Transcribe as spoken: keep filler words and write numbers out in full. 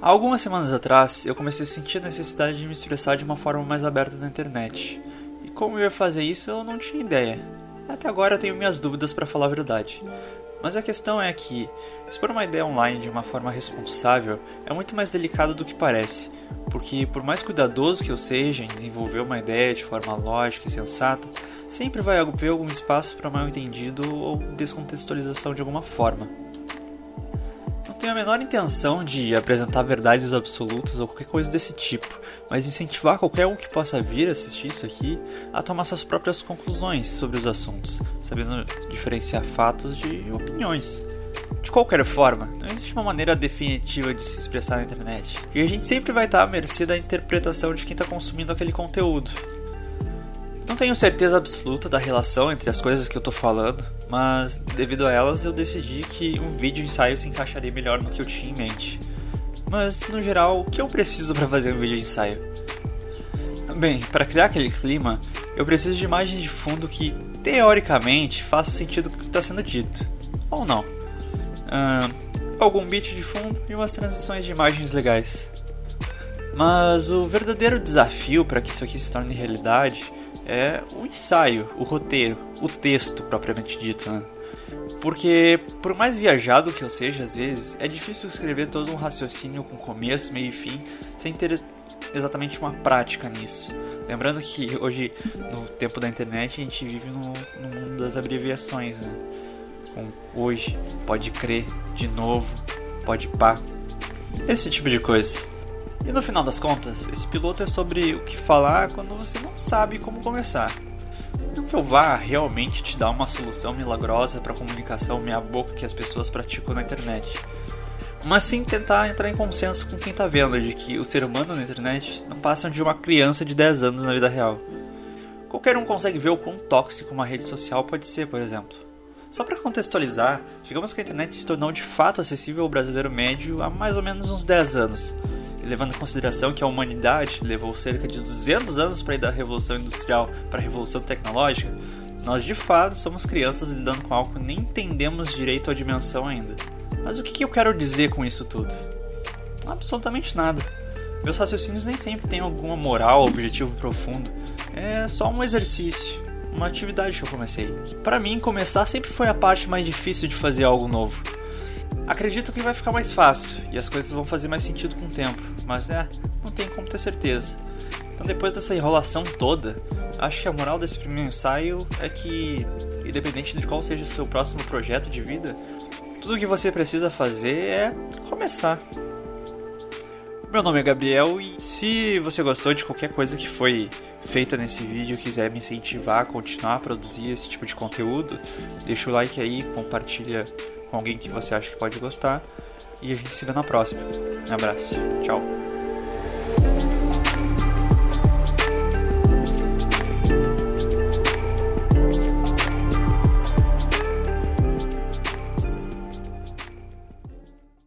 Há algumas semanas atrás, eu comecei a sentir a necessidade de me expressar de uma forma mais aberta na internet. E como eu ia fazer isso, eu não tinha ideia. Até agora eu tenho minhas dúvidas para falar a verdade. Mas a questão é que expor uma ideia online de uma forma responsável é muito mais delicado do que parece. Porque por mais cuidadoso que eu seja em desenvolver uma ideia de forma lógica e sensata, sempre vai haver algum espaço para mal entendido ou descontextualização de alguma forma. Não tenho a menor intenção de apresentar verdades absolutas ou qualquer coisa desse tipo, mas incentivar qualquer um que possa vir assistir isso aqui a tomar suas próprias conclusões sobre os assuntos, sabendo diferenciar fatos de opiniões. De qualquer forma, não existe uma maneira definitiva de se expressar na internet, e a gente sempre vai estar à mercê da interpretação de quem está consumindo aquele conteúdo. Não tenho certeza absoluta da relação entre as coisas que eu estou falando, mas devido a elas eu decidi que um vídeo ensaio se encaixaria melhor no que eu tinha em mente. Mas, no geral, o que eu preciso para fazer um vídeo de ensaio? Bem, para criar aquele clima, eu preciso de imagens de fundo que, teoricamente, façam sentido com o que está sendo dito. Ou não. Uh, algum beat de fundo e umas transições de imagens legais. Mas o verdadeiro desafio para que isso aqui se torne realidade é o ensaio, o roteiro, o texto propriamente dito, né? Porque, por mais viajado que eu seja, às vezes, é difícil escrever todo um raciocínio com começo, meio e fim, sem ter exatamente uma prática nisso. Lembrando que hoje, no tempo da internet, a gente vive no, no mundo das abreviações, né? Com hoje, pode crer, de novo, pode pá, esse tipo de coisa. E no final das contas, esse piloto é sobre o que falar quando você não sabe como começar. Não que eu vá realmente te dar uma solução milagrosa para a comunicação meia boca que as pessoas praticam na internet, mas sim tentar entrar em consenso com quem está vendo de que o ser humano na internet não passa de uma criança de dez anos na vida real. Qualquer um consegue ver o quão tóxico uma rede social pode ser, por exemplo. Só para contextualizar, digamos que a internet se tornou de fato acessível ao brasileiro médio há mais ou menos uns dez anos. E levando em consideração que a humanidade levou cerca de duzentos anos para ir da Revolução Industrial para a Revolução Tecnológica, nós de fato somos crianças lidando com algo que nem entendemos direito a dimensão ainda. Mas o que eu quero dizer com isso tudo? Absolutamente nada. Meus raciocínios nem sempre têm alguma moral ou objetivo profundo. É só um exercício, uma atividade que eu comecei. Para mim, começar sempre foi a parte mais difícil de fazer algo novo. Acredito que vai ficar mais fácil e as coisas vão fazer mais sentido com o tempo, mas é, não tem como ter certeza. Então depois dessa enrolação toda, acho que a moral desse primeiro ensaio é que, independente de qual seja o seu próximo projeto de vida, tudo o que você precisa fazer é começar. Meu nome é Gabriel e se você gostou de qualquer coisa que foi feita nesse vídeo e quiser me incentivar a continuar a produzir esse tipo de conteúdo, deixa o like aí, compartilha com alguém que você acha que pode gostar e a gente se vê na próxima. Um abraço, tchau.